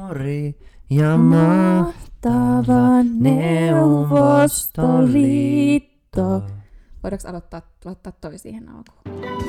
Nuori ja mahtava Neuvostoliitto. Voidaanko laittaa toi siihen alkuun?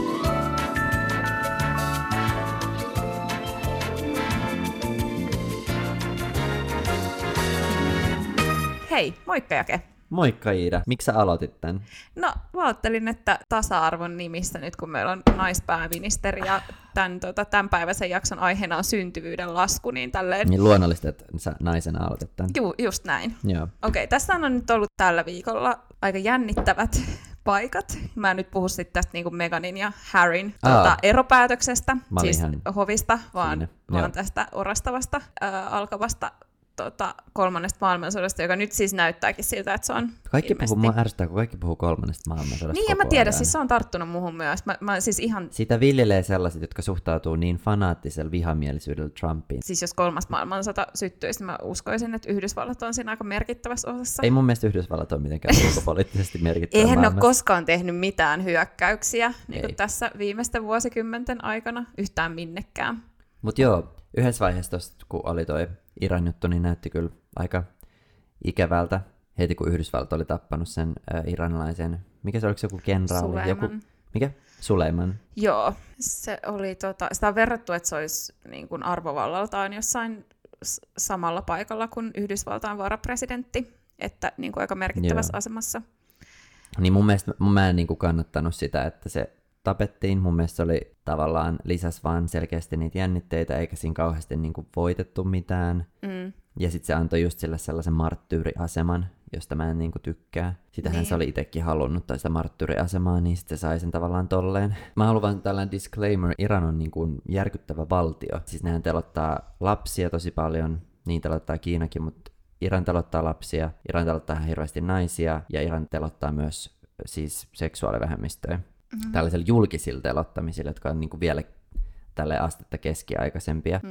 Hei, moikka Jake! Moikka Iida, miksi sä aloitit tän? No, mä ajattelin, että tasa-arvon nimissä, nyt kun meillä on naispääministeri ja tämänpäiväisen jakson aiheena on syntyvyyden lasku, niin tälleen... Niin luonnollista, että sä naisena aloitit tän. Just näin. Joo. Okei, tässä on nyt ollut tällä viikolla aika jännittävät paikat. Mä en nyt puhu sitten tästä niin kuin Meghanin ja Harryn eropäätöksestä, siis hovista, vaan tästä orastavasta alkavasta kolmannesta maailmansodasta, joka nyt siis näyttääkin siltä, että se on Mua ärsyttää, kun kaikki puhuu kolmannesta maailmansodasta. Niin, ja mä tiedän, siis se on tarttunut muuhun myös. Mä siis ihan... Sitä viljelee sellaiset, jotka suhtautuu niin fanaattisella vihamielisyydellä Trumpiin. Siis jos kolmas maailmansota syttyisi, mä uskoisin, että Yhdysvallat on siinä aika merkittävässä osassa. Ei mun mielestä Yhdysvallat ole mitenkään ulkopoliittisesti merkittävä Eihän maailmassa. Ne ole koskaan tehnyt mitään hyökkäyksiä niin kuin tässä viimeisten vuosikymmenten aikana yhtään minnekään. Mutta joo, yhdessä vaiheessa tosta, kun oli toi Iran juttu, niin näytti kyllä aika ikävältä heti, kun Yhdysvallat oli tappanut sen iranilaisen, mikä se oliko joku kenraali? Mikä? Suleiman. Joo, se oli, sitä on verrattu, että se olisi niin kuin arvovallaltaan jossain samalla paikalla kuin Yhdysvaltain varapresidentti, että niin kuin aika merkittävässä asemassa. Niin mun mielestä mä en niin kuin kannattanut sitä, että se tapettiin. Mun mielestä se oli tavallaan lisäs vaan selkeästi niitä jännitteitä, eikä siinä kauheasti niin kuin voitettu mitään. Ja sitten se antoi just sille sellaisen marttyyriaseman, josta mä en niin kuin tykkää. Sitähän se oli itsekin halunnut, tai sitä marttyyriasemaa, niin sitten se sai sen tavallaan tolleen. Mä haluan vaan tällainen disclaimer, Iran on niin kuin järkyttävä valtio. Siis nehän telottaa lapsia tosi paljon, niin telottaa Kiinakin, mutta Iran telottaa lapsia, Iran telottaa hirveästi naisia, ja Iran telottaa myös siis seksuaalivähemmistöjä. Tällaisilla julkisilla telottamisilla, jotka on niin kuin vielä tälle astetta keskiaikaisempia.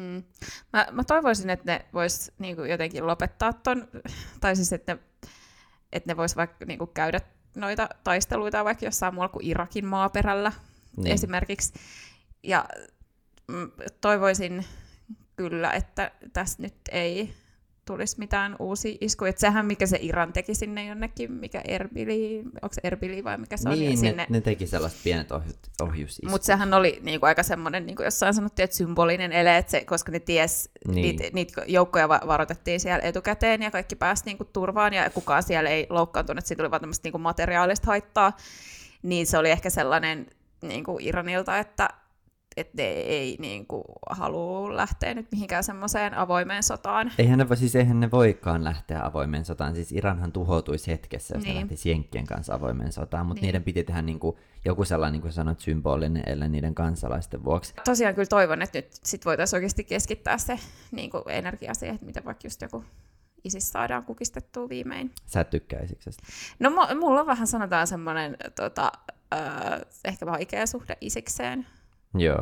Mä toivoisin, että ne vois niin kuin jotenkin lopettaa ton, tai siis että ne vois vaikka niin kuin käydä noita taisteluita vaikka jossain muualla kuin Irakin maaperällä esimerkiksi. Ja toivoisin kyllä, että tässä nyt ei tulisi mitään uusia iskuja. Että sehän, mikä se Iran teki sinne jonnekin, mikä Erbili, onko se Erbili vai mikä se on? Niin, sinne... ne teki sellaiset pienet ohjusiskut. Mutta sehän oli niinku aika semmoinen, niinku jossain sanottiin, että symbolinen ele, että se, koska ne ties, niitä joukkoja varoitettiin siellä etukäteen ja kaikki pääsi niinku turvaan ja kukaan siellä ei loukkaantunut, että siitä tuli vaan tämmöistä niinku materiaalista haittaa, niin se oli ehkä sellainen niinku Iranilta, että ne ei niinku halua lähteä nyt mihinkään semmoiseen avoimeen sotaan. Eihän ne voikaan lähteä avoimeen sotaan. Siis Iranhan tuhoutuisi hetkessä, jos ne lähtisi Jenkkien kanssa avoimeen sotaan, mutta niiden piti tehdä niinku joku sellainen, niin kuin sanoit, symbolinen, ellei niiden kansalaisten vuoksi. Tosiaan kyllä toivon, että nyt sit voitaisiin oikeasti keskittää se niinku energia siihen, että miten vaikka just joku ISIS saadaan kukistettua viimein. Sä et tykkää Isiksestä? No mulla on vähän sanotaan semmoinen ehkä vaikea suhde Isikseen. Joo.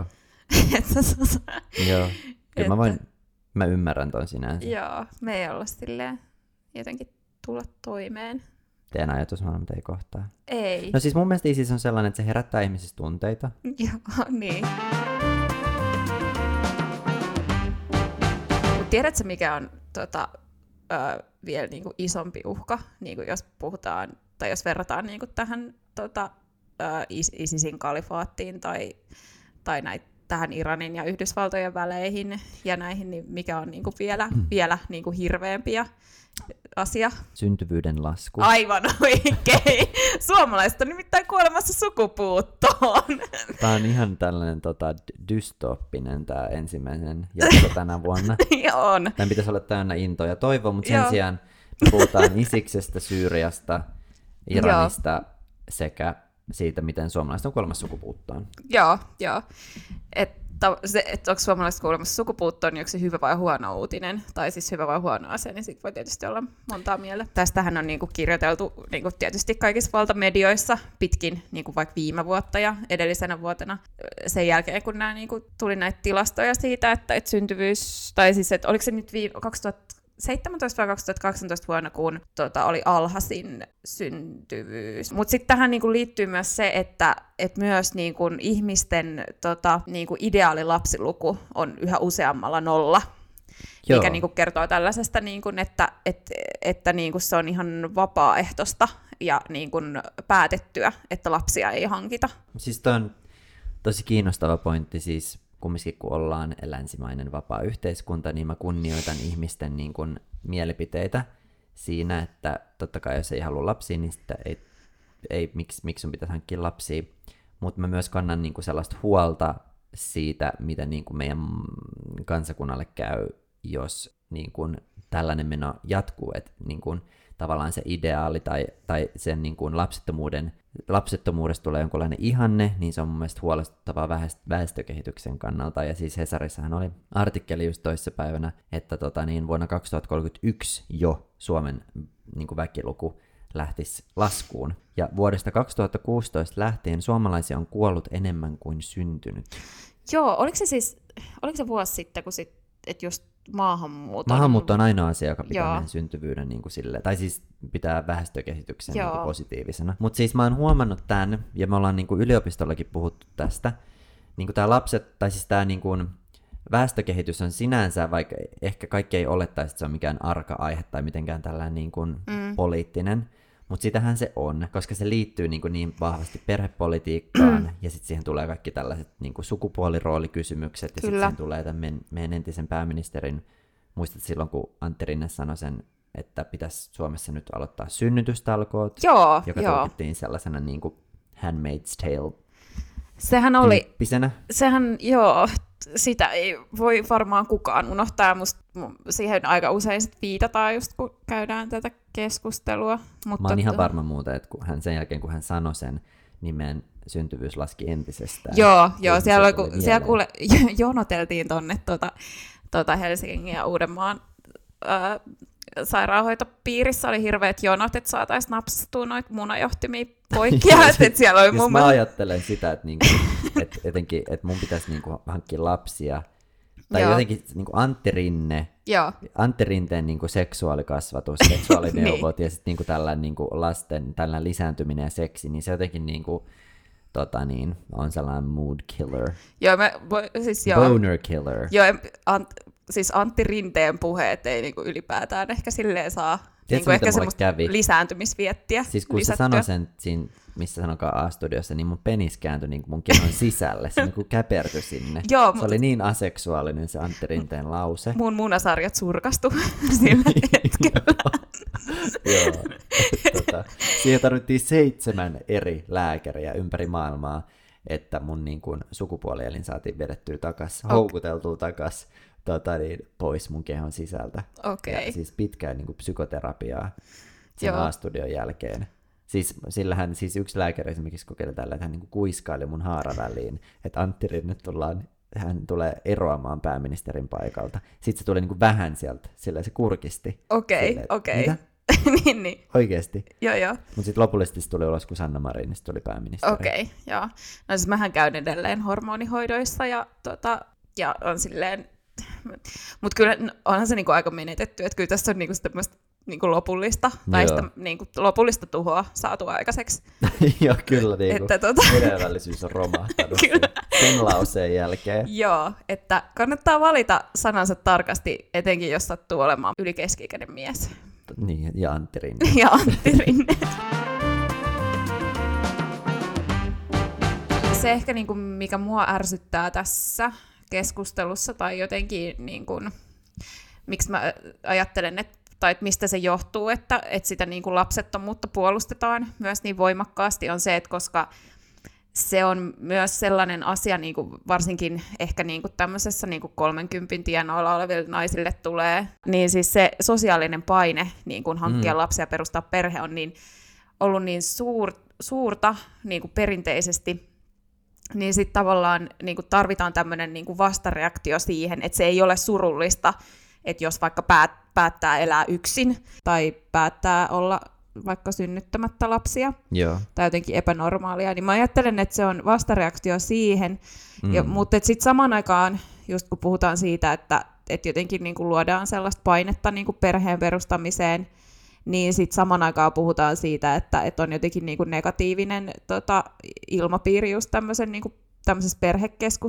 Joo. Kyllä mä ymmärrän ton sinänsä. Joo, me ei olla silleen jotenkin tulla toimeen. Teidän ajatusmaailmat ei kohtaa. Ei. No siis mun mielestä ISIS on sellainen, että se herättää ihmisissä tunteita. Joo, niin. Tiedätkö, mikä on vielä niinku isompi uhka, niinku jos puhutaan, tai jos verrataan niinku tähän ISISin kalifaattiin tai tähän Iranin ja Yhdysvaltojen väleihin ja näihin, niin mikä on niinku vielä niinku hirveämpi asia? Syntyvyyden lasku. Aivan oikein. Suomalaiset on nimittäin kuolemassa sukupuuttoon. Tämä on ihan tällainen dystooppinen tämä ensimmäinen jakso tänä vuonna. On. Tämän pitäisi olla täynnä intoa ja toivoa, mutta sen sijaan me puhutaan Isiksestä, Syyriasta, Iranista sekä siitä, miten suomalaiset on kuolemassa sukupuuttoon. Joo. Että onko suomalaiset kuolemassa sukupuuttoon, niin onko se hyvä vai huono uutinen, tai siis hyvä vai huono asia, niin siitä voi tietysti olla montaa mieltä. Tästähän on niinku kirjoiteltu niinku tietysti kaikissa valtamedioissa pitkin niinku vaikka viime vuotta ja edellisenä vuotena. Sen jälkeen, kun tuli näitä tilastoja siitä, että syntyvyys, tai siis että oliko se nyt 2017 vai 2018 vuonna, kun oli alhaisin syntyvyys. Mutta sitten tähän niinku liittyy myös se, että myös niinku ihmisten niinku ideaalilapsiluku on yhä useammalla nolla. mikä niin kuin kertoo tällaisesta, niin kuin, että niin kuin se on ihan vapaaehtoista ja niin kuin päätettyä, että lapsia ei hankita. Siis toi on tosi kiinnostava pointti, siis kumminkin kun ollaan länsimainen vapaa yhteiskunta, niin mä kunnioitan ihmisten niin kuin mielipiteitä siinä, että totta kai jos ei halua lapsia, niin sitä miksi sun pitäisi hankkia lapsia, mutta mä myös kannan niin kuin sellaista huolta siitä, mitä niin kuin meidän kansakunnalle käy, jos niin kuin tällainen meno jatkuu, että niin kuin tavallaan se ideaali tai sen niin kuin lapsettomuudesta tulee jonkunlainen ihanne, niin se on mun mielestä huolestuttavaa väestökehityksen kannalta. Ja siis Hesarissahan oli artikkeli just toissapäivänä, että vuonna 2031 jo Suomen niin kuin väkiluku lähtisi laskuun. Ja vuodesta 2016 lähtien suomalaisia on kuollut enemmän kuin syntynyt. Joo, oliko se vuosi sitten, kun että just maahanmuutto on ainoa asia, joka pitää meidän syntyvyyden niin kuin sille, tai siis pitää väestökehityksen niin kuin positiivisena. Mutta siis mä oon huomannut tämän, ja me ollaan niin kuin yliopistollakin puhuttu tästä, niin kuin tää lapset, tai siis tää niin kuin väestökehitys on sinänsä, vaikka ehkä kaikki ei olettaisi, että se on mikään arka aihe tai mitenkään tällainen niin kuin poliittinen, mutta sitähän se on, koska se liittyy niin vahvasti perhepolitiikkaan, ja sitten siihen tulee kaikki tällaiset niin kuin sukupuoliroolikysymykset, ja sitten siihen tulee tämän meidän entisen pääministerin, muistat silloin, kun Antti Rinne sanoi sen, että pitäisi Suomessa nyt aloittaa synnytystalkoot, joka tulkittiin sellaisena niin kuin Handmaid's Tale. Sehän oli, sitä ei voi varmaan kukaan unohtaa, siihen aika usein sit viitataan just kun käydään tätä keskustelua. Mutta mä oon ihan varma muuta, että sen jälkeen kun hän sanoi sen, niin meidän syntyvyys laski entisestään. Joo, siellä kuule jonoteltiin tonne Helsingin ja Uudenmaan sairaanhoitopiirissä oli hirveät jonot, että saataisiin napsattua noita munajohtimia poikki. Siellä oli mä ajattelen sitä, että etenkin, että mun pitäisi hankkia lapsia. Tai jotenkin Antti Rinteen seksuaalikasvatus, seksuaalineuvot ja sitten tällainen lasten tällainen lisääntyminen ja seksi, niin se jotenkin on sellainen mood killer. Boner killer. Joo, siis Antti Rinteen puheet ei ylipäätään ehkä silleen saa ehkä semmoista lisääntymisviettiä. Siis kun se sanoi sen siinä, missä sanokaan A-studiossa, niin mun penis kääntyi mun kehon sisälle. Se käpertyi sinne. Joo, se oli niin aseksuaalinen se Antti Rinteen lause. Mun munasarjat surkastu sillä hetkellä. Joo. Siihen tarvittiin 7 eri lääkäriä ympäri maailmaa, että mun sukupuolielin saatiin vedettyä houkuteltua takas pois mun kehon sisältä. Ja siis pitkään psykoterapiaa sen A-studion jälkeen. Sillähän yksi lääkäri esimerkiksi kokeili tällä, että hän kuiskaili mun haaraväliin, että Antti Rinne hän tulee eroamaan pääministerin paikalta. Sitten se tulee vähän sieltä, sillä se kurkisti. Okei. Mitä? niin. Oikeesti? Joo. Mutta sitten lopullisesti se tuli ulos, kun Sanna Marinista tuli pääministeri. Okei, joo. No siis mähän käyn edelleen hormonihoidoissa ja on silleen, mutta kyllä onhan se aika menetetty, että kyllä tässä on tämmöistä lopullista, tai sitä lopullista tuhoa saatu aikaiseksi. Joo, kyllä hedelmällisyys on romahtanut sen lauseen jälkeen. Joo, että kannattaa valita sanansa tarkasti, etenkin jos sattuu olemaan yli keski-ikäinen mies. Niin, ja Antti Rinne. Se ehkä mikä mua ärsyttää tässä keskustelussa, tai jotenkin miksi mä ajattelen, että mistä se johtuu, että sitä lapsettomuutta puolustetaan myös niin voimakkaasti, on se, että koska se on myös sellainen asia, varsinkin ehkä tämmöisessä 30 tienoilla oleville naisille tulee, niin siis se sosiaalinen paine hankkia lapsia ja perustaa perhe on ollut niin suurta perinteisesti, niin sitten tavallaan tarvitaan tämmöinen vastareaktio siihen, että se ei ole surullista, että jos vaikka päättää elää yksin tai päättää olla vaikka synnyttämättä lapsia tai jotenkin epänormaalia, niin mä ajattelen, että se on vastareaktio siihen, mutta sitten samaan aikaan, just kun puhutaan siitä, että jotenkin luodaan sellaista painetta perheen perustamiseen, niin sitten samaan aikaan puhutaan siitä, että on jotenkin negatiivinen ilmapiiri just tämmöisessä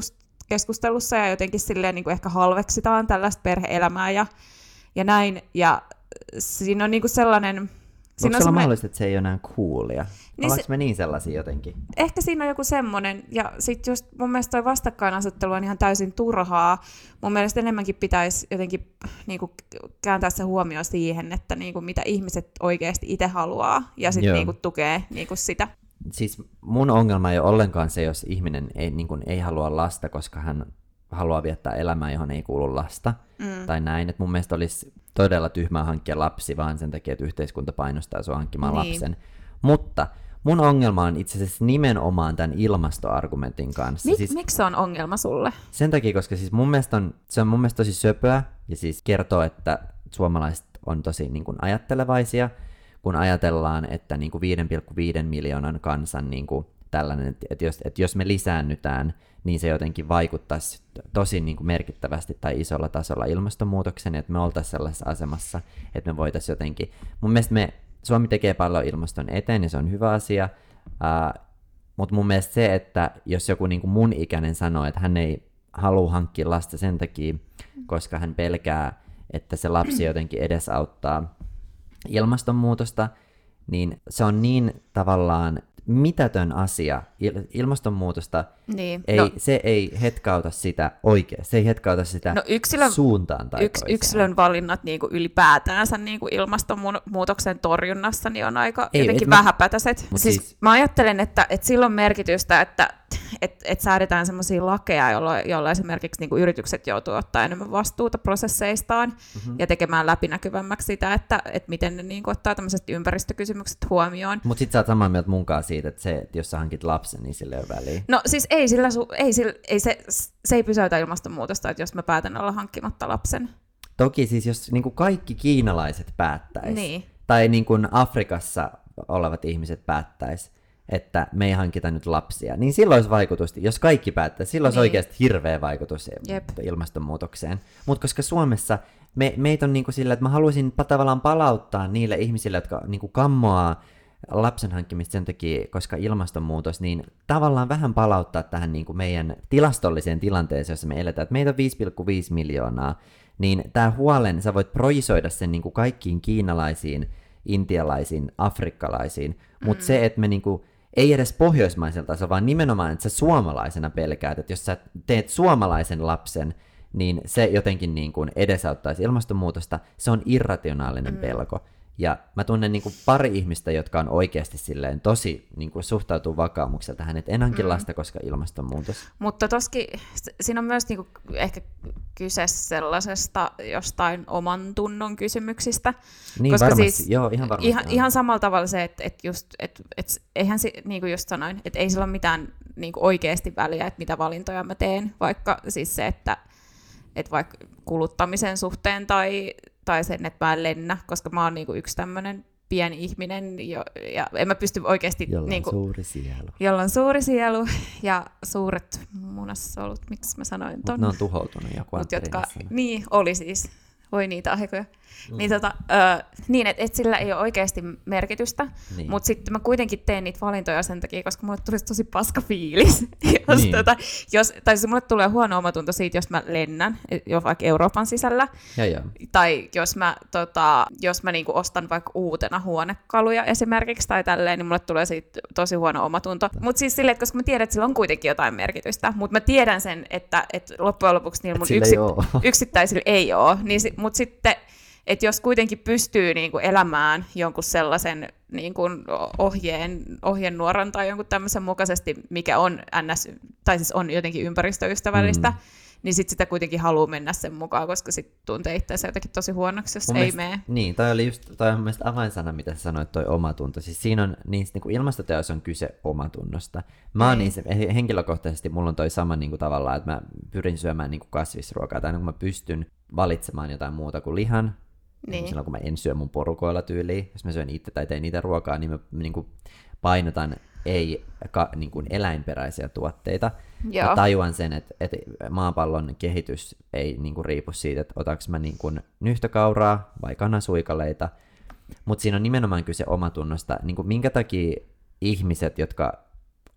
keskustelussa ja jotenkin silleen niin kuin ehkä halveksitaan tällaista perhe-elämää ja näin. Ja siinä on niin kuin sellainen... Onko sulla mahdollista, että se ei ole enää coolia? Niin ollaanko me niin sellaisia jotenkin? Ehkä siinä on joku semmoinen, ja sitten just mun mielestä toi vastakkainasettelu on ihan täysin turhaa. Mun mielestä enemmänkin pitäisi jotenkin niinku kääntää se huomio siihen, että niinku mitä ihmiset oikeasti itse haluaa, ja sitten niinku tukee niinku sitä. Siis mun ongelma ei ole ollenkaan se, jos ihminen ei halua lasta, koska hän haluaa viettää elämää, johon ei kuulu lasta, tai näin. Et mun mielestä olisi todella tyhmää hankkia lapsi vaan sen takia, että yhteiskunta painostaa sua hankkimaan lapsen. Mutta mun ongelma on itse asiassa nimenomaan tämän ilmastoargumentin kanssa. Miksi se on ongelma sulle? Sen takia, koska siis se on mun mielestä tosi söpöä, ja siis kertoo, että suomalaiset on tosi niin kuin ajattelevaisia, kun ajatellaan, että niin kuin 5,5 miljoonan kansan niin kuin tällainen, että jos me lisäännytään, niin se jotenkin vaikuttaisi tosi niin kuin merkittävästi tai isolla tasolla ilmastonmuutoksen, että me oltaisiin sellaisessa asemassa, että me voitaisiin jotenkin... Mun mielestä Suomi tekee paljon ilmaston eteen, ja se on hyvä asia, mutta mun mielestä se, että jos joku niin kuin mun ikäinen sanoo, että hän ei halua hankkia lasta sen takia, koska hän pelkää, että se lapsi jotenkin edesauttaa ilmastonmuutosta, niin se on niin tavallaan mitätön asia. Ilmastonmuutosta se ei hetkauta sitä oikein. Se ei hetkauta sitä suuntaan tai toiseen. Yksilön valinnat niin kuin ylipäätäänsä niin kuin ilmastonmuutoksen torjunnassa niin on aika jotenkin vähäpätäiset. Siis mä ajattelen, että sillä on merkitystä, että säädetään sellaisia lakeja, joilla esimerkiksi niin kuin yritykset joutuu ottaa enemmän vastuuta prosesseistaan ja tekemään läpinäkyvämmäksi sitä, että miten ne niin kuin ottaa tämmöiset ympäristökysymykset huomioon. Mutta sit sä oot samaa mieltä munkaan siitä, että jos sä hankit lapsen, niin sillä ei ole väliä. No siis se ei pysäytä ilmastonmuutosta, että jos mä päätän olla hankkimatta lapsen. Toki siis jos niin kuin kaikki kiinalaiset päättäisi, tai niin kuin Afrikassa olevat ihmiset päättäisi, että me ei hankita nyt lapsia, niin silloin olisi vaikutusta, jos kaikki päättäisi, silloin olisi oikeasti hirveä vaikutus ilmastonmuutokseen. Mutta koska Suomessa meitä on niinku sillä, että mä haluaisin tavallaan palauttaa niille ihmisille, jotka niinku kammoaa lapsen hankkimista sen takia, koska ilmastonmuutos, niin tavallaan vähän palauttaa tähän niinku meidän tilastolliseen tilanteeseen, jossa me eletään, että meitä on 5,5 miljoonaa, niin tämä huolen, sä voit projisoida sen niinku kaikkiin kiinalaisiin, intialaisiin, afrikkalaisiin, mutta se, että me niinku ei edes pohjoismaisella tasolla, vaan nimenomaan, että sä suomalaisena pelkäät, että jos sä teet suomalaisen lapsen, niin se jotenkin niin kuin edesauttaisi ilmastonmuutosta. Se on irrationaalinen pelko. Ja mä tunnen niin kuin pari ihmistä, jotka on oikeasti silleen tosi niin kuin suhtautuu vakaumuksella tähän, että en hankin lasta, koska ilmastonmuutos. Mutta toskin siinä on myös niin kuin ehkä kyse sellaisesta jostain oman tunnon kysymyksistä. Niin koska varmasti, siis joo, ihan varmasti. Ihan samalla tavalla se, että eihän se, niin kuin just sanoin, että ei sillä ole mitään niin kuin oikeasti väliä, että mitä valintoja mä teen, vaikka siis se, että vaikka kuluttamisen suhteen tai sen, että mä en lennä, kossa mä oon niinku yksi tämmöinen pieni ihminen, ja en mä pysty oikeasti... Jolla on suuri sielu. Jolla on suuri sielu ja suuret munassolut, miksi mä sanoin ton? Ne on tuhoutunut joku Niin, oli siis. Voi niitä aikoja. Niin, että sillä ei ole oikeasti merkitystä, mutta sitten mä kuitenkin teen niitä valintoja sen takia, koska mulle tulisi tosi paska fiilis. Tai siis mulle tulee huono omatunto siitä, jos mä lennän, jo vaikka Euroopan sisällä. Tai jos mä niinku ostan vaikka uutena huonekaluja esimerkiksi tai tälleen, niin mulle tulee siitä tosi huono omatunto. Mutta siis silleen, että koska mä tiedän, että sillä on kuitenkin jotain merkitystä, mutta mä tiedän sen, että loppujen lopuksi niillä mun yksittäisillä ei ole. Niin mutta sitten, että jos kuitenkin pystyy niinku elämään jonkun sellaisen niinku ohjenuoran tai jonkun tämmöisen mukaisesti, mikä on tai siis on jotenkin ympäristöystävällistä, niin sitten sitä kuitenkin haluaa mennä sen mukaan, koska sitten tuntee itseänsä jotenkin tosi huonoksi, jos ei mene. Niin, toi on mun mielestä avainsana, mitä sä sanoit, toi omatunto. Siis siinä on, niin ilmastoteossa on kyse omatunnosta. Mä oon henkilökohtaisesti, mulla on toi sama niin kuin tavallaan, että mä pyrin syömään niin kuin kasvisruokaa, tai kun mä pystyn valitsemaan jotain muuta kuin lihan, silloin kun mä en syö mun porukoilla tyyliin, jos mä syön itse tai teen niitä ruokaa, niin mä niin kuin painotan niin kuin eläinperäisiä tuotteita. Mä tajuan sen, että maapallon kehitys ei niin kuin riipu siitä, että otaks mä niin kuin nyhtökauraa vai kanasuikaleita, mutta siinä on nimenomaan kyse omatunnosta, niin kuin minkä takia ihmiset, jotka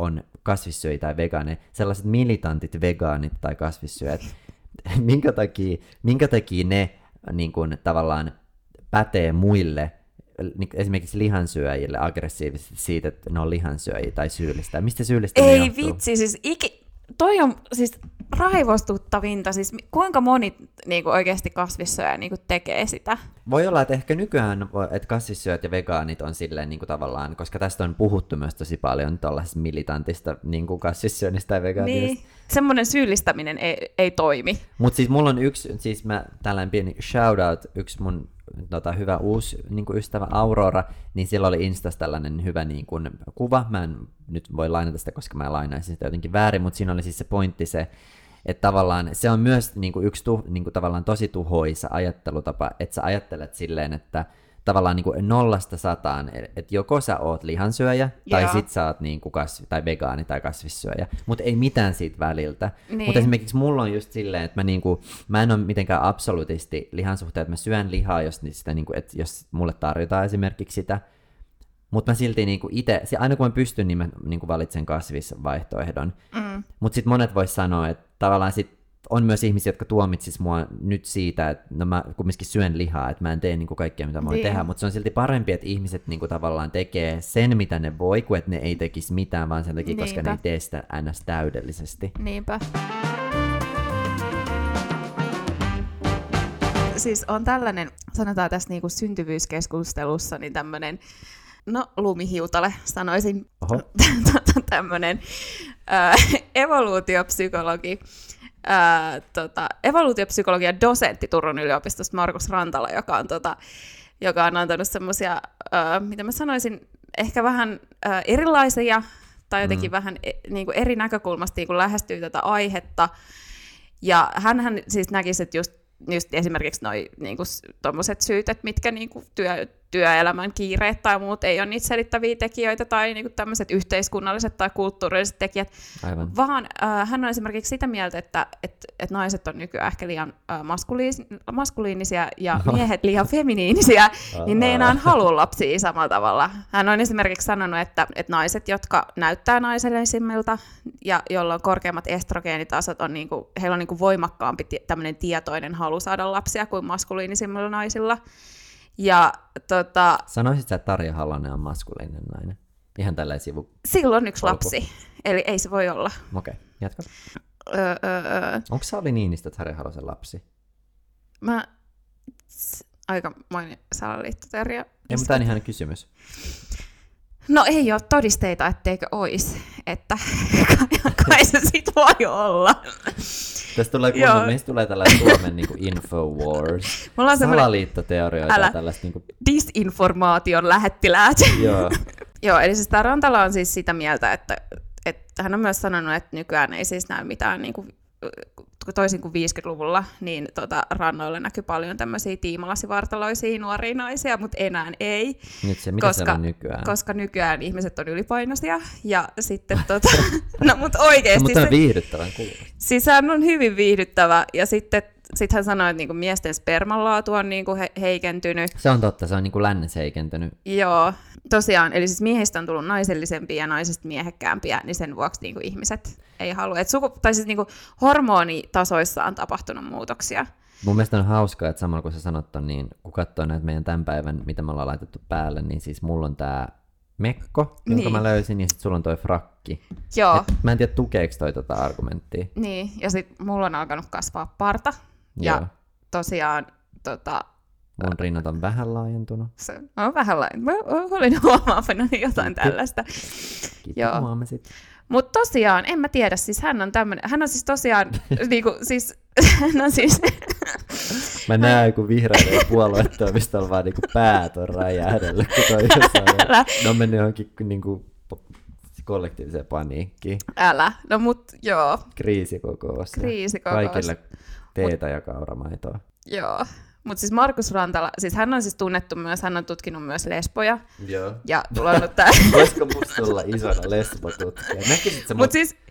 on kasvissyöjiä tai vegaaneja, sellaiset militantit vegaanit tai kasvissyöjät, minkä takia ne niin kuin, tavallaan pätee muille, esimerkiksi lihansyöjille aggressiivisesti siitä, että ne on lihansyöjiä tai syyllistää. Mistä syyllistäminen johtuu? Ei vitsi, siis toi on siis raivostuttavinta, siis kuinka moni niinku oikeasti kasvissyöjä niinku tekee sitä? Voi olla, että ehkä nykyään että kasvissyöjät ja vegaanit on silleen niinku tavallaan, koska tästä on puhuttu myös tosi paljon tällaisesta militantista niinku kasvissyönnistä tai vegaanista. Niin, semmoinen syyllistäminen ei toimi. Mutta siis mulla on tällainen pieni shoutout, yksi mun hyvä uusi niin ystävä Aurora, niin sillä oli Instas tällainen hyvä niin kuin, kuva. Mä en nyt voi lainata sitä, koska mä lainaisin sitä jotenkin väärin, mutta siinä oli siis se pointti se, että tavallaan se on myös niin kuin yksi tavallaan tosi tuhoisa ajattelutapa, että sä ajattelet silleen, että tavallaan niin kuin 0–100, että joko sä oot lihansyöjä, tai sit sä oot niin kuin tai vegaani tai kasvissyöjä, mutta ei mitään siitä väliltä. Niin. Mutta esimerkiksi mulla on just silleen, että mä en ole mitenkään absolutisti lihan suhteen, että mä syön lihaa, jos, sitä, niin kuin, että jos mulle tarjotaan esimerkiksi sitä, mutta mä silti niin kuin itse, aina kun mä pystyn, niin mä niin kuin valitsen kasvisvaihtoehdon. Mutta sitten monet vois sanoa, että tavallaan sit on myös ihmisiä, jotka tuomitsis mua nyt siitä, että no mä kumminkin syön lihaa, että mä en tee niinku kaikkea, mitä mä voin tehdä, mutta se on silti parempi, että ihmiset niinku tavallaan tekee sen, mitä ne voi, kuin että ne ei tekisi mitään, vaan sen takia, koska ne ei tee sitä ns. Täydellisesti. Niinpä. Siis on tällainen, sanotaan tässä niinku syntyvyyskeskustelussa, niin tämmöinen, lumihiutale sanoisin, tämmöinen evoluutiopsykologi, evoluutiopsykologian dosentti Turun yliopistosta Markus Rantala, joka on antanut semmoisia, mitä mä sanoisin, ehkä vähän erilaisia tai jotenkin vähän niin kuin eri näkökulmasta niin kuin lähestyy tätä aihetta. Ja hänhän siis näkisi, että just esimerkiksi noi niinku tommoset syyt, että mitkä niinku työelämän kiireet tai muut ei ole niitä selittäviä tekijöitä tai niinku tämmöiset yhteiskunnalliset tai kulttuurilliset tekijät, Aivan. vaan hän on esimerkiksi sitä mieltä, että naiset on nykyään ehkä liian maskuliinisia ja miehet liian feminiinisiä, niin ne ei enää halua lapsia samalla tavalla. Hän on esimerkiksi sanonut, että naiset, jotka näyttää naisellisemmilta ja joilla on korkeammat estrogeenitasot, on niinku, heillä on niinku voimakkaampi tämmöinen tietoinen halu saada lapsia kuin maskuliinisimmilla naisilla. Ja sanoisit sä, että Tarja Halonen on maskuliininen nainen? Ihan tällä sivu. Silloin yksi lapsi, eli ei se voi olla. Okei, jatka. Onko Sauli Niinistö Tarja Halosen lapsi? Aikamoinen salaliittoteoria. Ei, mutta tämä on ihan kysymys. No ei ole todisteita, etteikö olisi, että kai se sit voi olla. Tästä tulee meistä tulee tällainen Suomen niin Infowars, salaliittoteorioita ja tällaista niin kuin disinformaation lähettiläät. Joo. Joo, eli siis tämä Rantala on siis sitä mieltä, että hän on myös sanonut, että nykyään ei siis näy mitään niin kuin, toisin kuin 50-luvulla, niin rannoilla näkyy paljon tämmöisiä tiimalasivartaloisia nuoria naisia, mutta enää ei. Nyt se, mitä se on nykyään? Koska nykyään ihmiset on ylipainoisia, ja sitten no mutta oikeesti. Mutta on viihdyttävän kuulosta. Siis hän on hyvin viihdyttävä, ja sitten hän sanoi, että niinku miesten sperman laatu on niinku heikentynyt. Se on totta, se on niinku lännessä heikentynyt. Joo, tosiaan, eli siis miehistä on tullut naisellisempia ja naisista miehekkäämpiä, niin sen vuoksi niinku ihmiset ei halua. Tai siis niinku hormonitasoissa on tapahtunut muutoksia. Mun mielestä on hauskaa, että samalla kun sä sanot on, niin kun katsoo näitä meidän tämän päivän, mitä me ollaan laitettu päälle, niin siis mulla on tää mekko, jonka mä löysin, ja sit sulla on toi frakki. Joo. Mä en tiedä, tukeeko toi argumenttia. Niin, ja sit mulla on alkanut kasvaa parta. Joo. Ja tosiaan mun rinnat on vähän laajentunut. Se on vähän laajentunut. Mä olin huomaavana jotain tällaista. Joo. Mutta tosiaan, en mä tiedä, siis hän on siis tosiaan, niinku, siis, hän on siis... Mä näen, kun vihreiden puoluetoimistolla vaan niinku päät on räjähdellyt, kun toi ne on mennyt johonkin niinku kollektiiviseen paniikkiin. Älä, no mut joo. Kriisikokous. Kaikille teetä ja kauramaitoa. Joo. Mutta siis Markus Rantala, siis hän on siis tunnettu myös, hän on tutkinut myös lesboja. Joo. Ja tullut tää... Voisiko musta olla isona lesbotutkija? Näkisit sä mut siis,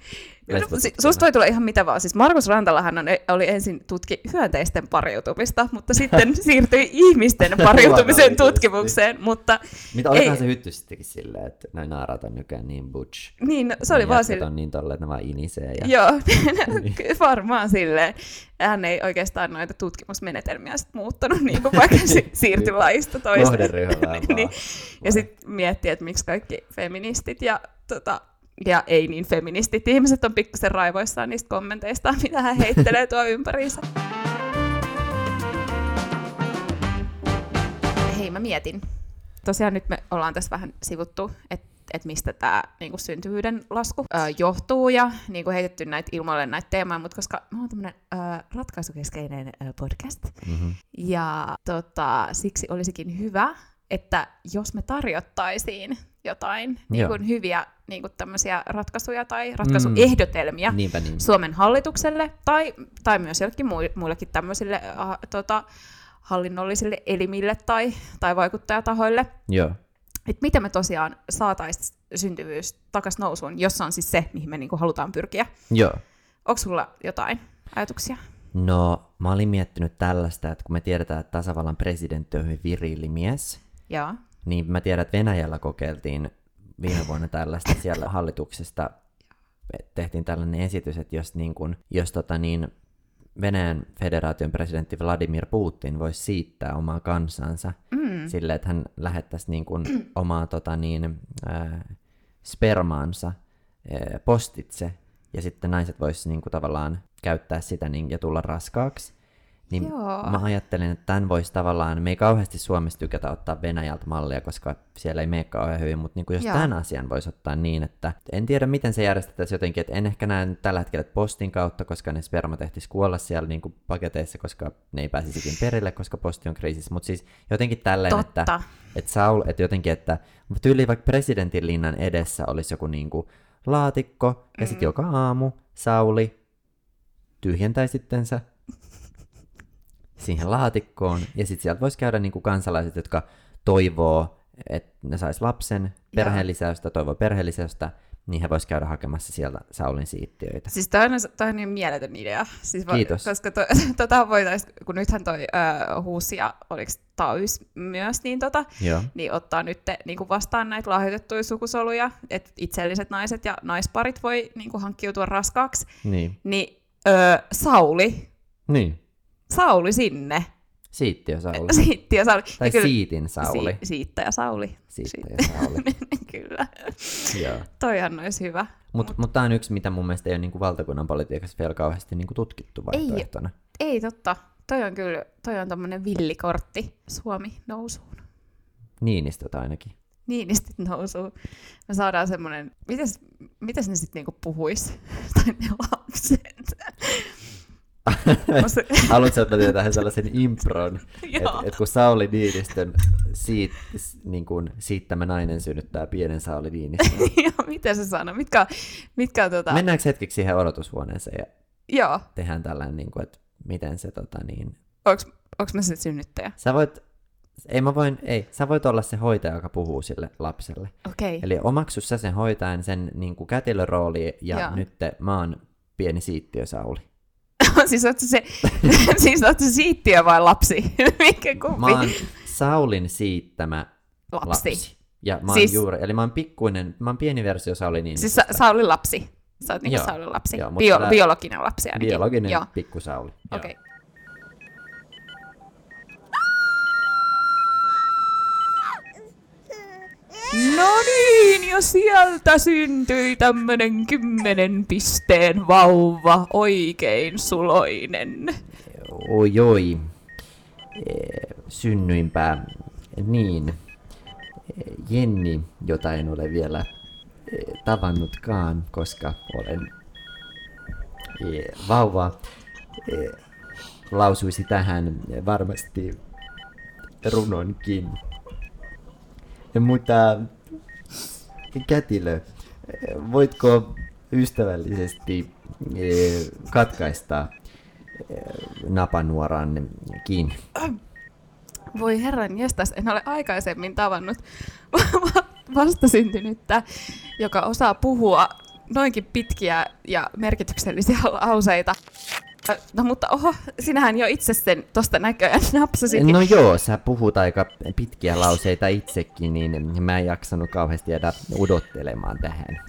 Susta voi tulla ihan mitä vaan. Siis Markus Rantalahan oli ensin tutki hyönteisten pariutumista, mutta sitten siirtyi ihmisten pariutumisen tutkimukseen. Mutta olikohan se hytty sittenkin silleen, että noin naarat on nykyään niin butch. Niin, se oli vaan silleen. On niin tolle, että ne vaan inisee. Joo, varmaan silleen. Hän ei oikeastaan noita tutkimusmenetelmiä sit muuttanut, niin kuin vaikka siirtyi lajista toiseen. Kohderyhmään niin. Ja sitten miettii, että miksi kaikki feministit ja ei niin feministit ihmiset on pikkusen raivoissaan niistä kommenteista, mitä hän heittelee tuo ympäriinsä. Hei, mä mietin. Tosiaan nyt me ollaan tässä vähän sivuttu, että mistä tämä niinku syntyvyyden lasku johtuu ja niinku heitetty ilmoille näitä teemoja, mutta koska mä oon tämmöinen ratkaisukeskeinen podcast, ja siksi olisikin hyvä, että jos me tarjottaisiin jotain hyviä tämmöisiä ratkaisuja tai ratkaisuehdotelmia Suomen hallitukselle tai myös jollekin muillekin tämmöisille hallinnollisille elimille tai vaikuttajatahoille. Joo. Että miten me tosiaan saataisiin syntyvyys takaisin nousuun, jos on siis se, mihin me halutaan pyrkiä. Joo. Onko sulla jotain ajatuksia? No, mä olin miettinyt tällaista, että kun me tiedetään, että tasavallan presidentti on hyvin viriili mies, Joo. niin mä tiedän, että Venäjällä kokeiltiin viime vuonna tällaista siellä hallituksesta. Tehtiin tällainen esitys, että jos Venäjän federaation presidentti Vladimir Putin voisi siittää omaa kansansa sille, että hän lähettäisi omaa spermaansa postitse, ja sitten naiset voisivat tavallaan käyttää sitä ja tulla raskaaksi. Niin mä ajattelin, että tämän voisi tavallaan, me ei kauheasti Suomessa tykätä ottaa Venäjältä mallia, koska siellä ei mene kauhean hyvin, mutta jos tämän asian voisi ottaa niin, että en tiedä miten se järjestetään jotenkin, että en ehkä näe nyt tällä hetkellä postin kautta, koska ne spermat ehtis kuolla siellä paketeissa, koska ne ei pääsisikin perille, koska posti on kriisissä, mutta siis jotenkin tällainen, että jotenkin, että tyyliin vaikka presidentin linnan edessä olisi joku laatikko, ja sitten joka aamu Sauli tyhjentäisi sittensä siihen laatikkoon, ja sitten sieltä voisi käydä kansalaiset, jotka toivoo, että ne sais lapsen, toivoo perheellisäystä, niin he vois käydä hakemassa sieltä Saulin siittiöitä. Siis toi on niin mieletön idea. Siis Kiitos. Koska voitaisiin, kun nythän toi HUS ja oliko TAYS myös, niin ottaa nyt vastaan näitä lahjoitettuja sukusoluja, että itselliset naiset ja naisparit voi hankkiutua raskaaksi. Niin Sauli. Niin. Sauli sinne. Siittiö Sauli. Tai kyllä, Siitin Sauli. Siittäjä Sauli. Siittäjä Sauli. Kyllä. Joo. Toihan olisi hyvä. Mutta tämä on yksi, mitä mun mielestä ei ole valtakunnan politiikassa vielä kauheasti tutkittu vaihtoehtona. Ei totta. Toi on tommonen villikortti Suomi nousuun. Niinistöt ainakin. Niinistöt nousuun. Me saadaan semmonen, mitäs ne sitten puhuis? Tai ne lapset. Haluatko, että mä teen tähän sellaisen impron, että kun Sauli Niinistön siittämä nainen synnyttää pienen Sauli Niinistön. Joo, mitä se sanoo? Mitkä Mennäänkö hetkeksi siihen odotushuoneeseen ja tehdään tällainen, että miten se Onko mä se synnyttäjä? Sä voit olla se hoitaja, joka puhuu sille lapselle. Okay. Eli omaksu sä sen hoitajan sen kätilörooli ja nyt mä oon pieni siittiö Sauli. Siis ootko se siittiö vai lapsi? Mikä kumpi? Mä oon Saulin siittämä lapsi. Ja mä oon eli mä oon pikkuinen, mä oon pieni versio Sauli Niinistöstä. Siis Saulin lapsi. Sä oot Saulin lapsi. Joo, biologinen lapsi ainakin. Biologinen pikku Sauli. Okei. No niin, ja sieltä syntyi tämmönen 10 pisteen vauva, oikein suloinen. Oi. Synnyinpä niin. Jenni, jota en ole vielä tavannutkaan, koska olen vauva, lausuisi tähän varmasti runonkin. Mutta kätilö, voitko ystävällisesti katkaista napanuoran kiinni? Voi herran jestas, en ole aikaisemmin tavannut vastasyntynyttä, joka osaa puhua noinkin pitkiä ja merkityksellisiä lauseita. No mutta sinähän jo itse sen tosta näköjään napsasit. No joo, sä puhut aika pitkiä lauseita itsekin, niin mä en jaksanut kauheasti jäädä odottelemaan tähän.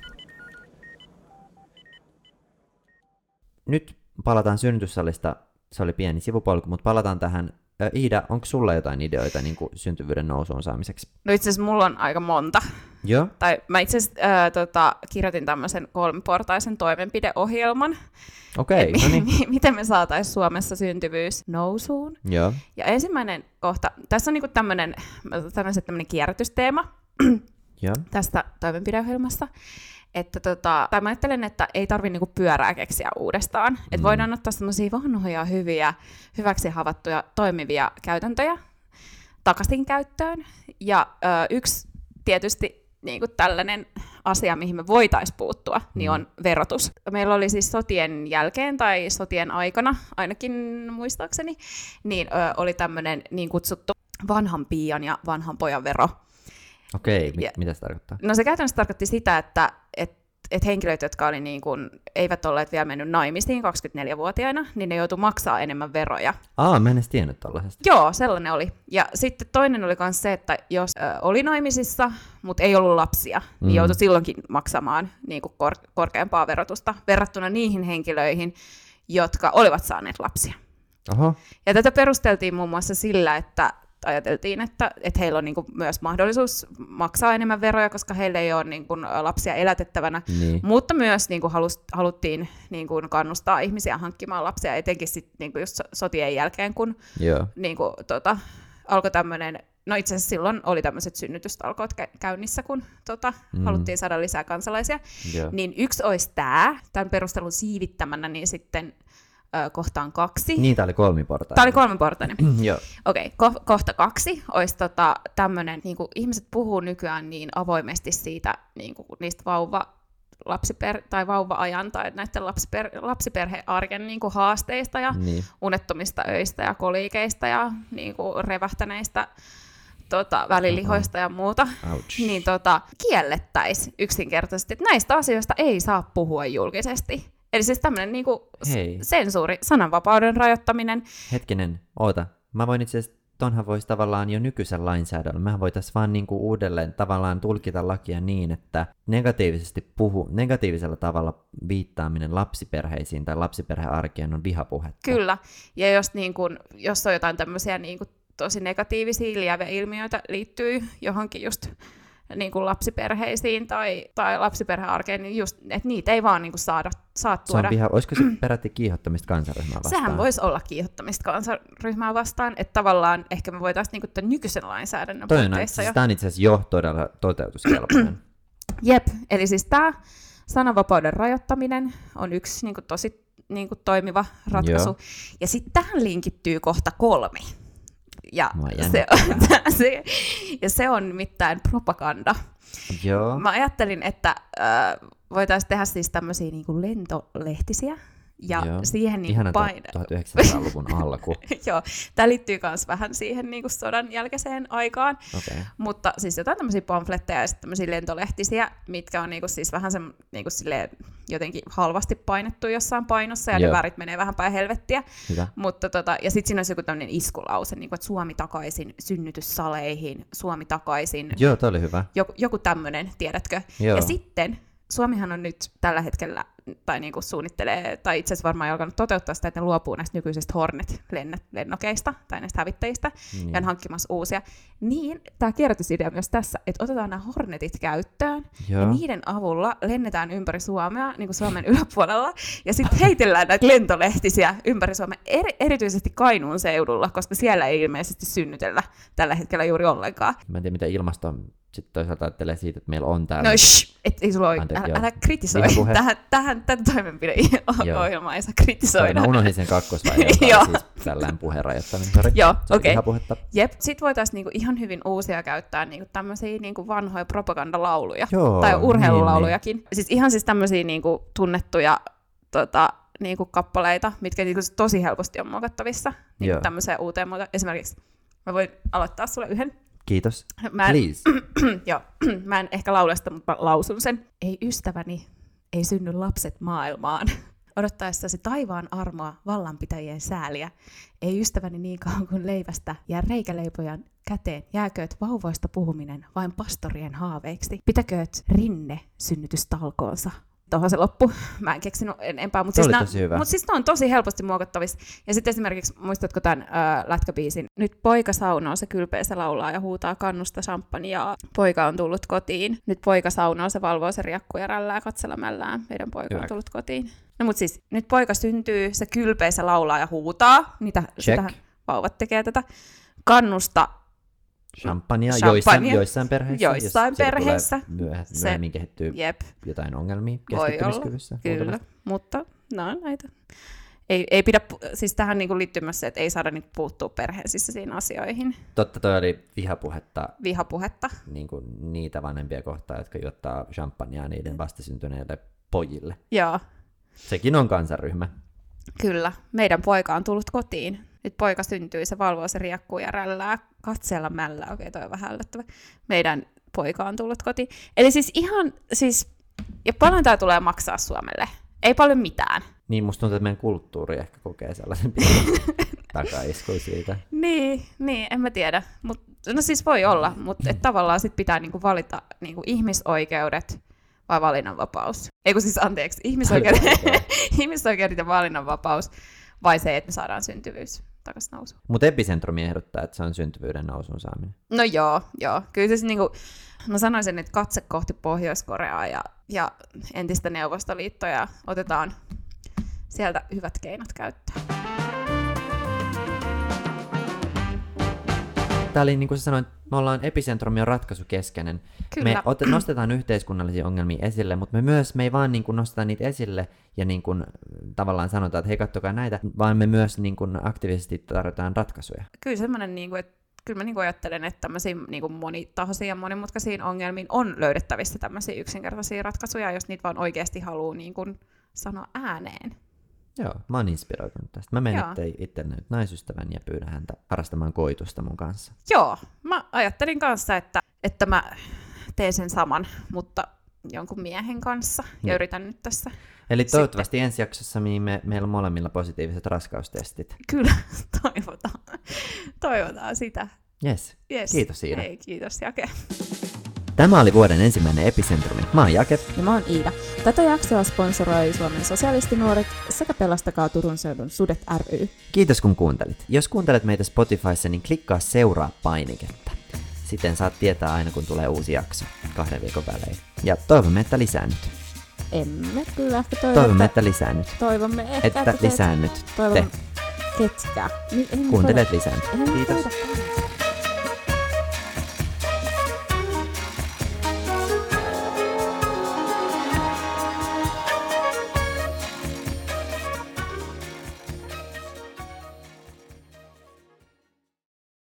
Nyt palataan synnytyssalista. Se oli pieni sivupolku, mutta palataan tähän. Iida, onko sulla jotain ideoita niin kuin syntyvyyden nousuun saamiseksi? No itse asiassa mulla on aika monta. Joo. Tai mä itse asiassa kirjoitin tämmöisen 3-portaisen toimenpideohjelman. Okei, no niin. Miten me saataisiin Suomessa syntyvyys nousuun. Joo. Ja ensimmäinen kohta, tässä on niinku tämmöinen kierrätysteema tästä toimenpideohjelmasta. Että tai mä ajattelen, että ei tarvitse niinku pyörää keksiä uudestaan. Että voidaan ottaa semmoisia vanhoja, hyviä, hyväksi havaittuja, toimivia käytäntöjä takaisin käyttöön. Ja yksi tietysti niinku tällainen asia, mihin me voitaisiin puuttua, niin on verotus. Meillä oli siis sotien jälkeen tai sotien aikana, ainakin muistaakseni, niin oli tämmöinen niin kutsuttu vanhan piian ja vanhan pojan vero. Okei, mitä se tarkoittaa? No se käytännössä tarkoitti sitä, että henkilöt, jotka oli niin kuin, eivät olleet vielä mennyt naimisiin 24-vuotiaina, niin ne joutui maksaa enemmän veroja. Mä en edes tiennyt tällaisesta. Joo, sellainen oli. Ja sitten toinen oli myös se, että jos oli naimisissa, mutta ei ollut lapsia, niin joutui silloinkin maksamaan niin kuin korkeampaa verotusta verrattuna niihin henkilöihin, jotka olivat saaneet lapsia. Oho. Ja tätä perusteltiin muun muassa sillä, että ajateltiin, että heillä on niin kuin myös mahdollisuus maksaa enemmän veroja, koska heillä ei ole niin kuin lapsia elätettävänä, mutta myös niin kuin haluttiin niin kuin kannustaa ihmisiä hankkimaan lapsia, etenkin sit, niin kuin just sotien jälkeen, kun niin kuin, alkoi tämmöinen, no itse asiassa silloin oli tämmöiset synnytystalkoot käynnissä, kun haluttiin saada lisää kansalaisia, niin yksi olisi tämän perustelun siivittämänä, niin sitten kohtaan 2. Niin, tämä oli 3-portainen. Tämä oli 3-portainen. Joo. Okei, kohta 2 olisi tämmöinen, niin kuin ihmiset puhuu nykyään niin avoimesti siitä, niin kuin niistä vauva-ajan tai näiden lapsiperhearken niin kuin haasteista ja unettomista öistä ja koliikeista ja niin kuin revähtäneistä välilihoista ja muuta, niin kiellettäisiin yksinkertaisesti, että näistä asioista ei saa puhua julkisesti. Eli siis tämmöinen niinku sensuuri, sananvapauden rajoittaminen. Hetkinen, oota. Mä voin itse asiassa, tonhan voisi tavallaan jo nykyisen lainsäädännöllä. Mehän voitaisiin vaan niinku uudelleen tavallaan tulkita lakia niin, että negatiivisella tavalla viittaaminen lapsiperheisiin tai lapsiperhearkeen on vihapuhetta. Kyllä, ja jos on jotain tämmöisiä niinku tosi negatiivisia lieveilmiöitä liittyy johonkin just niin kuin lapsiperheisiin tai lapsiperhearkeen, niin just, että niitä ei vaan niin kuin saa tuoda. Olisiko se peräti kiihottamista kansanryhmää vastaan? Sehän voisi olla kiihottamista kansanryhmää vastaan, että tavallaan ehkä me voitaisiin niin kuin tämän nykyisen lainsäädännön puitteissa Tämä on itse asiassa jo todella toteutuskelpoinen. Jep, eli siis tämä sananvapauden rajoittaminen on yksi niin kuin tosi niin kuin toimiva ratkaisu. Ja sitten tähän linkittyy kohta 3. Ja se on nimittäin propaganda. Joo. Mä ajattelin, että voitaisiin tehdä siis tämmöisiä niin kuin lentolehtisiä. Ja siihen niin ihana 1900-luvun alku. Joo, tämä liittyy myös vähän siihen niin kuin sodan jälkeiseen aikaan. Okay. Mutta siis jotain tämmöisiä pamfletteja ja sitten tämmöisiä lentolehtisiä, mitkä on niin kuin siis vähän niin kuin silleen jotenkin halvasti painettu jossain painossa, ja ne värit menee vähän päin helvettiä. Mutta ja sitten siinä olisi joku tämmöinen iskulause, niin kuin, että Suomi takaisin synnytyssaleihin, Suomi takaisin. Joo, tämä oli hyvä. Joku tämmöinen, tiedätkö? Joo. Ja sitten Suomihan on nyt tällä hetkellä, tai niin kuin suunnittelee, tai itse asiassa varmaan alkanut toteuttaa sitä, että ne luopuu näistä nykyisistä Hornet-lennokeista, tai näistä hävittäjistä, ja on hankkimassa uusia. Niin, tämä kierrätysidea myös tässä, että otetaan nämä Hornetit käyttöön, ja niiden avulla lennetään ympäri Suomea, niin kuin Suomen yläpuolella, ja sitten heitellään näitä lentolehtisiä ympäri Suomea, erityisesti Kainuun seudulla, koska siellä ei ilmeisesti synnytellä tällä hetkellä juuri ollenkaan. Mä en tiedä, mitä ilmasto sitten toisaalta ajattelee siitä, että meillä on täällä. No ei sulla ole, älä kritisoi. Tähän toimenpideohjelmaan ei saa kritisoida. Mä unohdin sen kakkosvaiheen, joka on siis tällainen puheen rajoittaminen. Joo, okei. Jep, sit voitaisiin niinku ihan hyvin uusia käyttää niinku tämmöisiä niinku vanhoja propagandalauluja. Tai urheilulaulujakin. Niin. Siis ihan siis tämmöisiä niinku tunnettuja niinku kappaleita, mitkä niinku tosi helposti on muokattavissa niinku tämmöiseen uuteen muotoon. Esimerkiksi mä voin aloittaa sulle yhden. Kiitos. Please. Joo, mä en ehkä laula sitä, mutta mä lausun sen. Ei ystäväni, ei synny lapset maailmaan. Odottaessasi taivaan armoa, vallanpitäjien sääliä. Ei ystäväni niin kauan kuin leivästä jää reikäleipojan käteen. Jääkööt vauvoista puhuminen vain pastorien haaveiksi. Pitäkööt rinne synnytystalkoonsa. Tuohon se loppu. Mä en keksinyt enempää, mutta siis ne on tosi helposti muokattavissa. Ja sitten esimerkiksi, muistatko tämän lätkäbiisin? Nyt poika saunoo, se kylpeessä laulaa ja huutaa kannusta champagnea. Poika on tullut kotiin. Nyt poika saunoo, se valvoo se riakku ja rällää katselemällään. Meidän poika on tullut kotiin. No mut siis, nyt poika syntyy, se kylpeessä laulaa ja huutaa. Sitähän vauvat tekee tätä. Kannusta champagnea joissain perheissä. Joissain perheissä. Myöhemmin kehittyy jotain ongelmia keskittymiskyvyssä. Kyllä, mutta no näitä. Ei pidä, siis tähän niinku liittyy myös se, että ei saada niinku puuttua perheen sisäisiin asioihin. Totta, toi oli vihapuhetta. Niinku niitä vanhempia kohtaan, jotka juottaa champagnea niiden vastasyntyneille pojille. Joo. Sekin on kansanryhmä. Kyllä. Meidän poika on tullut kotiin. Nyt poika syntyy, se valvoo, se riakkuu ja rällää katsella mällää. Okei, toi on vähän ällöttävä. Meidän poika on tullut kotiin. Eli siis ja paljon tää tulee maksaa Suomelle. Ei paljon mitään. Niin, musta tuntuu, että meidän kulttuuri ehkä kokee sellaisen takaiskun siitä. Niin, en mä tiedä. No siis voi olla, mutta tavallaan sit pitää niinku valita niinku ihmisoikeudet vai valinnanvapaus. Ihmisoikeudet ja valinnanvapaus, vai se, että me saadaan syntyvyys takaisin nousuun. Mutta Epicentrumi ehdottaa, että se on syntyvyyden nousun saaminen. No joo. Kyllä se niinku, mä sanoisin, että katse kohti Pohjois-Koreaa ja entistä Neuvostoliittoa ja otetaan sieltä hyvät keinot käyttöön. Tämä oli, niin kuin sä sanoit, me ollaan Epicentrumi on ratkaisukeskeinen. Kyllä. Me nostetaan yhteiskunnallisia ongelmia esille, mutta me ei vaan niin kuin nosteta niitä esille ja niin kuin tavallaan sanotaan, että hei, katsokaa näitä, vaan me myös niin kuin aktiivisesti tarjotaan ratkaisuja. Kyllä semmoinen, niin kuin, että kyllä mä niin kuin ajattelen, että tämmöisiin niin kuin monitahoisiin ja monimutkaisiin ongelmiin on löydettävissä tämmöisiä yksinkertaisia ratkaisuja, jos niitä vaan oikeasti haluaa niin kuin sanoa ääneen. Joo, mä oon inspiroitunut tästä. Mä menen itselleni nyt naisystävän ja pyydän häntä harrastamaan koitusta mun kanssa. Joo, mä ajattelin kanssa, että mä teen sen saman, mutta jonkun miehen kanssa ja yritän nyt tässä. Eli toivottavasti ensi jaksossa meillä on molemmilla positiiviset raskaustestit. Kyllä, toivotaan sitä. Yes. Kiitos Iida. Hei, kiitos Jake. Tämä oli vuoden ensimmäinen Epicentrumi. Mä oon Jake. Ja mä oon Iida. Tätä jaksoa sponsoroi Suomen sosialistinuoret sekä Pelastakaa Turun seudun sudet ry. Kiitos kun kuuntelit. Jos kuuntelet meitä Spotifyssa, niin klikkaa seuraa -painiketta. Siten saat tietää aina kun tulee uusi jakso 2 viikon välein. Ja toivomme, että lisäännyt. Emme kyllä ehkä toivomme, että lisäännyt. Toivomme ehkä, että lisäännyt. Toivomme ketkä. Kuuntelet lisäännyt. Kiitos.